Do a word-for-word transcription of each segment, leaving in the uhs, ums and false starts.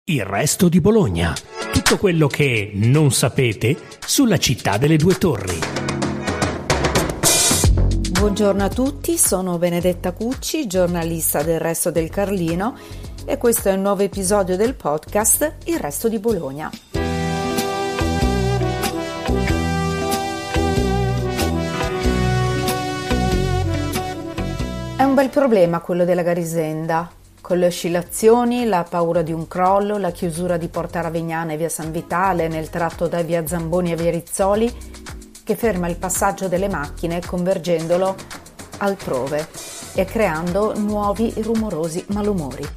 Il resto di Bologna. Tutto quello che non sapete sulla città delle due torri. Buongiorno a tutti, sono Benedetta Cucci, giornalista del Resto del Carlino, e questo è un nuovo episodio del podcast Il resto di Bologna. È un bel problema quello della Garisenda. Con le oscillazioni, la paura di un crollo, la chiusura di Porta Ravignana e via San Vitale nel tratto da via Zamboni a via Rizzoli, che ferma il passaggio delle macchine convergendolo altrove e creando nuovi rumorosi malumori.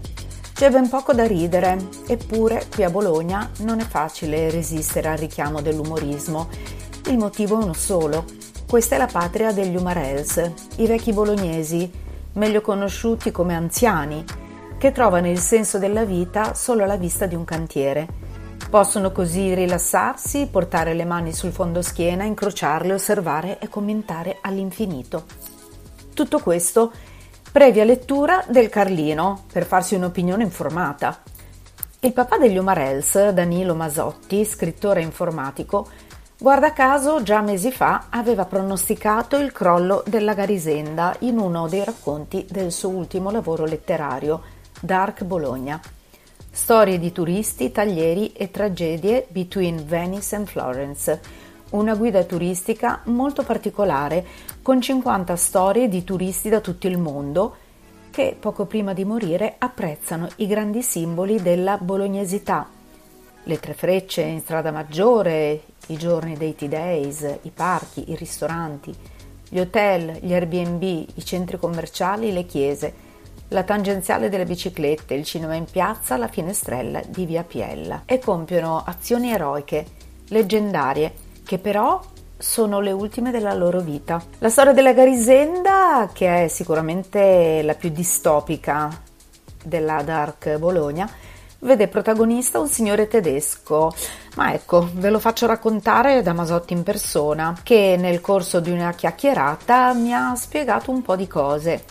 C'è ben poco da ridere, eppure qui a Bologna non è facile resistere al richiamo dell'umorismo. Il motivo è uno solo: questa è la patria degli Umarels, i vecchi bolognesi, meglio conosciuti come anziani, che trovano il senso della vita solo alla vista di un cantiere. Possono così rilassarsi, portare le mani sul fondoschiena, incrociarle, osservare e commentare all'infinito. Tutto questo previa lettura del Carlino per farsi un'opinione informata. Il papà degli Umarels, Danilo Masotti, scrittore informatico, guarda caso già mesi fa aveva pronosticato il crollo della Garisenda in uno dei racconti del suo ultimo lavoro letterario, Dark Bologna. Storie di turisti, taglieri e tragedie between Venice and Florence, una guida turistica molto particolare con cinquanta storie di turisti da tutto il mondo che poco prima di morire apprezzano i grandi simboli della bolognesità. Le Tre Frecce in Strada Maggiore, i giorni dei Tea Days, i parchi, i ristoranti, gli hotel, gli Airbnb, i centri commerciali, le chiese, la tangenziale delle biciclette, il cinema in piazza, la finestrella di via Piella, e compiono azioni eroiche, leggendarie, che però sono le ultime della loro vita. La storia della Garisenda, che è sicuramente la più distopica della Dark Bologna, vede protagonista un signore tedesco, ma ecco, ve lo faccio raccontare da Masotti in persona, che nel corso di una chiacchierata mi ha spiegato un po' di cose.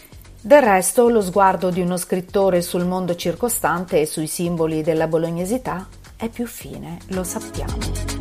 Del resto, lo sguardo di uno scrittore sul mondo circostante e sui simboli della bolognesità è più fine, lo sappiamo.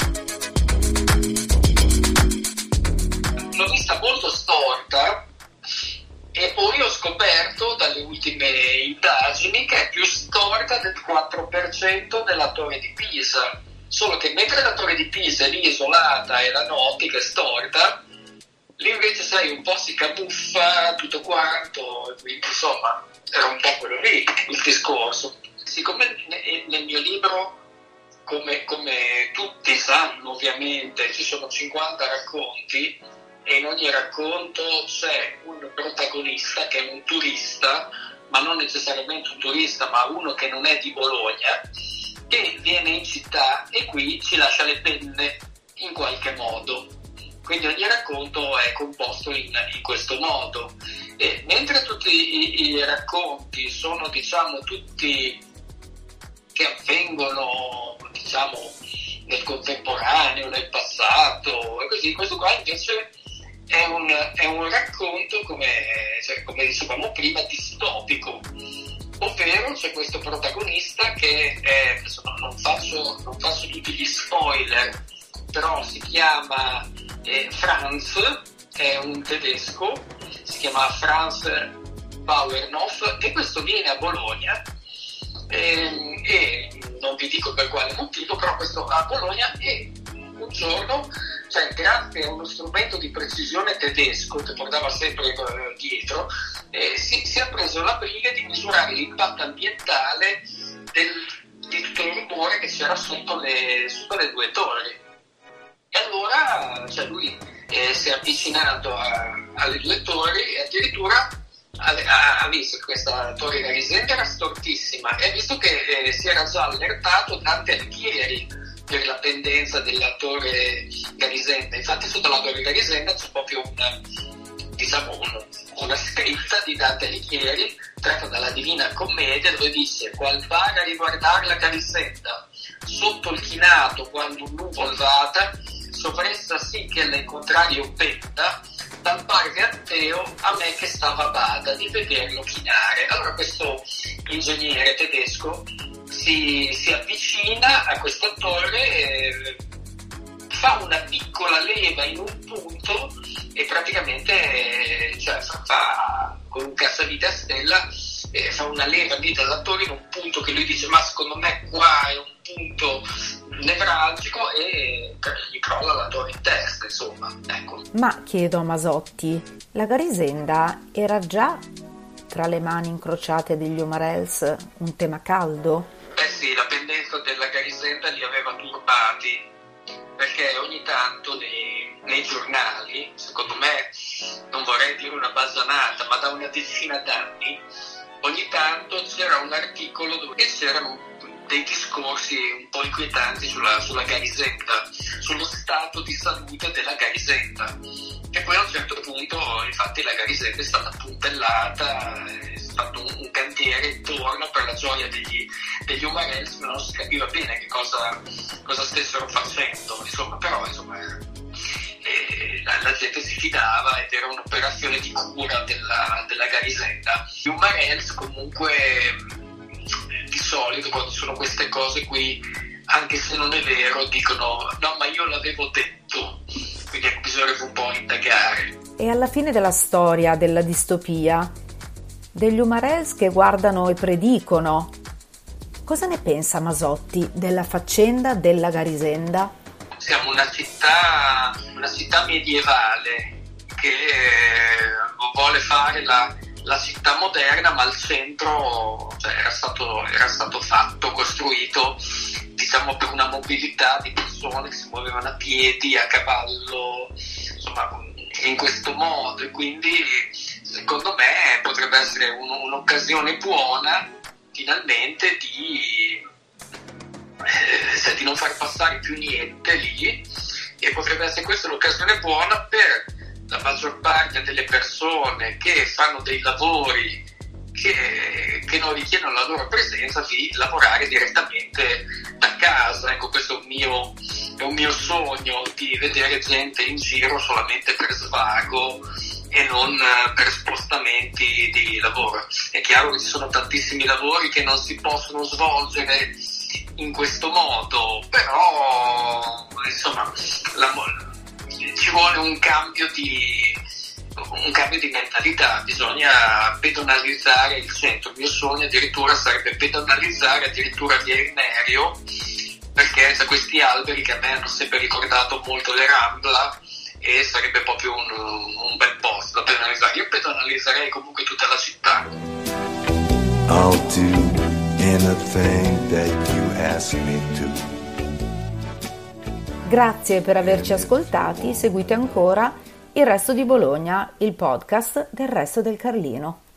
L'ho vista molto storta e poi ho scoperto dalle ultime indagini che è più storta del quattro per cento della Torre di Pisa, solo che mentre la Torre di Pisa è lì isolata e la noti che è storta, lì invece sai un po' si camuffa tutto quanto, quindi insomma era un po' quello lì il discorso. Siccome nel mio libro, come, come tutti sanno ovviamente, ci sono cinquanta racconti e in ogni racconto c'è un protagonista che è un turista, ma non necessariamente un turista, ma uno che non è di Bologna, che viene in città e qui ci lascia le penne in qualche modo. Quindi ogni racconto è composto in, in questo modo. E mentre tutti i, i racconti sono, diciamo, tutti che avvengono, diciamo, nel contemporaneo, nel passato, e così, questo qua invece È un, è un racconto, come, cioè, come dicevamo prima, distopico, ovvero c'è questo protagonista che è, non, faccio, non faccio tutti gli spoiler, però si chiama eh, Franz, è un tedesco, si chiama Franz Bauernhof, e questo viene a Bologna e, e non vi dico per quale motivo, però questo a Bologna, e un giorno, cioè grazie a uno strumento di precisione tedesco che portava sempre eh, dietro, eh, si, si è preso la briga di misurare l'impatto ambientale del, di tutto il rumore che c'era sotto le, sotto le due torri. E allora cioè lui eh, si è avvicinato a, alle due torri e addirittura ha, ha visto che questa torre Garisenda era stortissima e ha visto che eh, si era già allertato Dante Alighieri per la pendenza della torre Garisenda. Infatti sotto la torre Garisenda c'è proprio una, diciamo, un, una scritta di Dante Alighieri tratta dalla Divina Commedia, dove dice: qual vaga a riguardare la Garisenda, sotto il chinato quando un nuvol vada, sovressa sì che alle contrario penda, dal parve atteo a me che stava bada di vederlo chinare. Allora questo ingegnere tedesco si, si avvicina a questa torre, eh, fa una piccola leva in un punto e praticamente eh, cioè, fa, fa con un cassavite a stella eh, fa una leva lì dalla torre in un punto che lui dice ma secondo me qua è un punto nevralgico e gli crolla la torre in testa, insomma, ecco. Ma chiedo a Masotti, la Garisenda era già tra le mani incrociate degli Umarels un tema caldo? Beh sì, la pendenza della Garisenda li aveva turbati, perché ogni tanto nei, nei giornali, secondo me, non vorrei dire una basanata, ma da una decina d'anni, ogni tanto c'era un articolo dove c'erano dei discorsi un po' inquietanti sulla, sulla Garisenda, sullo stato di salute della Garisenda. E poi a un certo punto, infatti, la Garisenda è stata puntellata, è stato un, un cantiere intorno per la gioia degli, degli Umarels, ma non si capiva bene che cosa, cosa stessero facendo, insomma, però insomma, eh, la, la gente si fidava ed era un'operazione di cura della, della Garisenda. Gli Umarels comunque di solito quando sono queste cose qui, anche se non è vero, dicono no ma io l'avevo detto, quindi bisognerebbe un po' indagare. E alla fine della storia della distopia, degli Umarels che guardano e predicono, cosa ne pensa Masotti della faccenda della Garisenda? Siamo una città, una città medievale che vuole fare la la città moderna, ma al centro cioè, era, stato, era stato fatto, costruito, diciamo, per una mobilità di persone che si muovevano a piedi, a cavallo, insomma, in questo modo. E quindi, secondo me, potrebbe essere un, un'occasione buona, finalmente, di, eh, di non far passare più niente lì, e potrebbe essere questa l'occasione buona per la maggior parte delle persone che fanno dei lavori che, che non richiedono la loro presenza di lavorare direttamente da casa. Ecco, questo è un mio, è un mio sogno, di vedere gente in giro solamente per svago e non per spostamenti di lavoro. È chiaro che ci sono tantissimi lavori che non si possono svolgere in questo modo, però insomma la, ci vuole un cambio di un cambio di mentalità, bisogna pedonalizzare il centro. Il mio sogno addirittura sarebbe pedonalizzare addirittura via Irnerio, perché c'è questi alberi che a me hanno sempre ricordato molto le Rambla e sarebbe proprio un, un bel posto da pedonalizzare. Io pedonalizzerei comunque tutta la città. I'll do anything that you ask me to. Grazie per averci ascoltati, seguite ancora Il Resto di Bologna, il podcast del Resto del Carlino.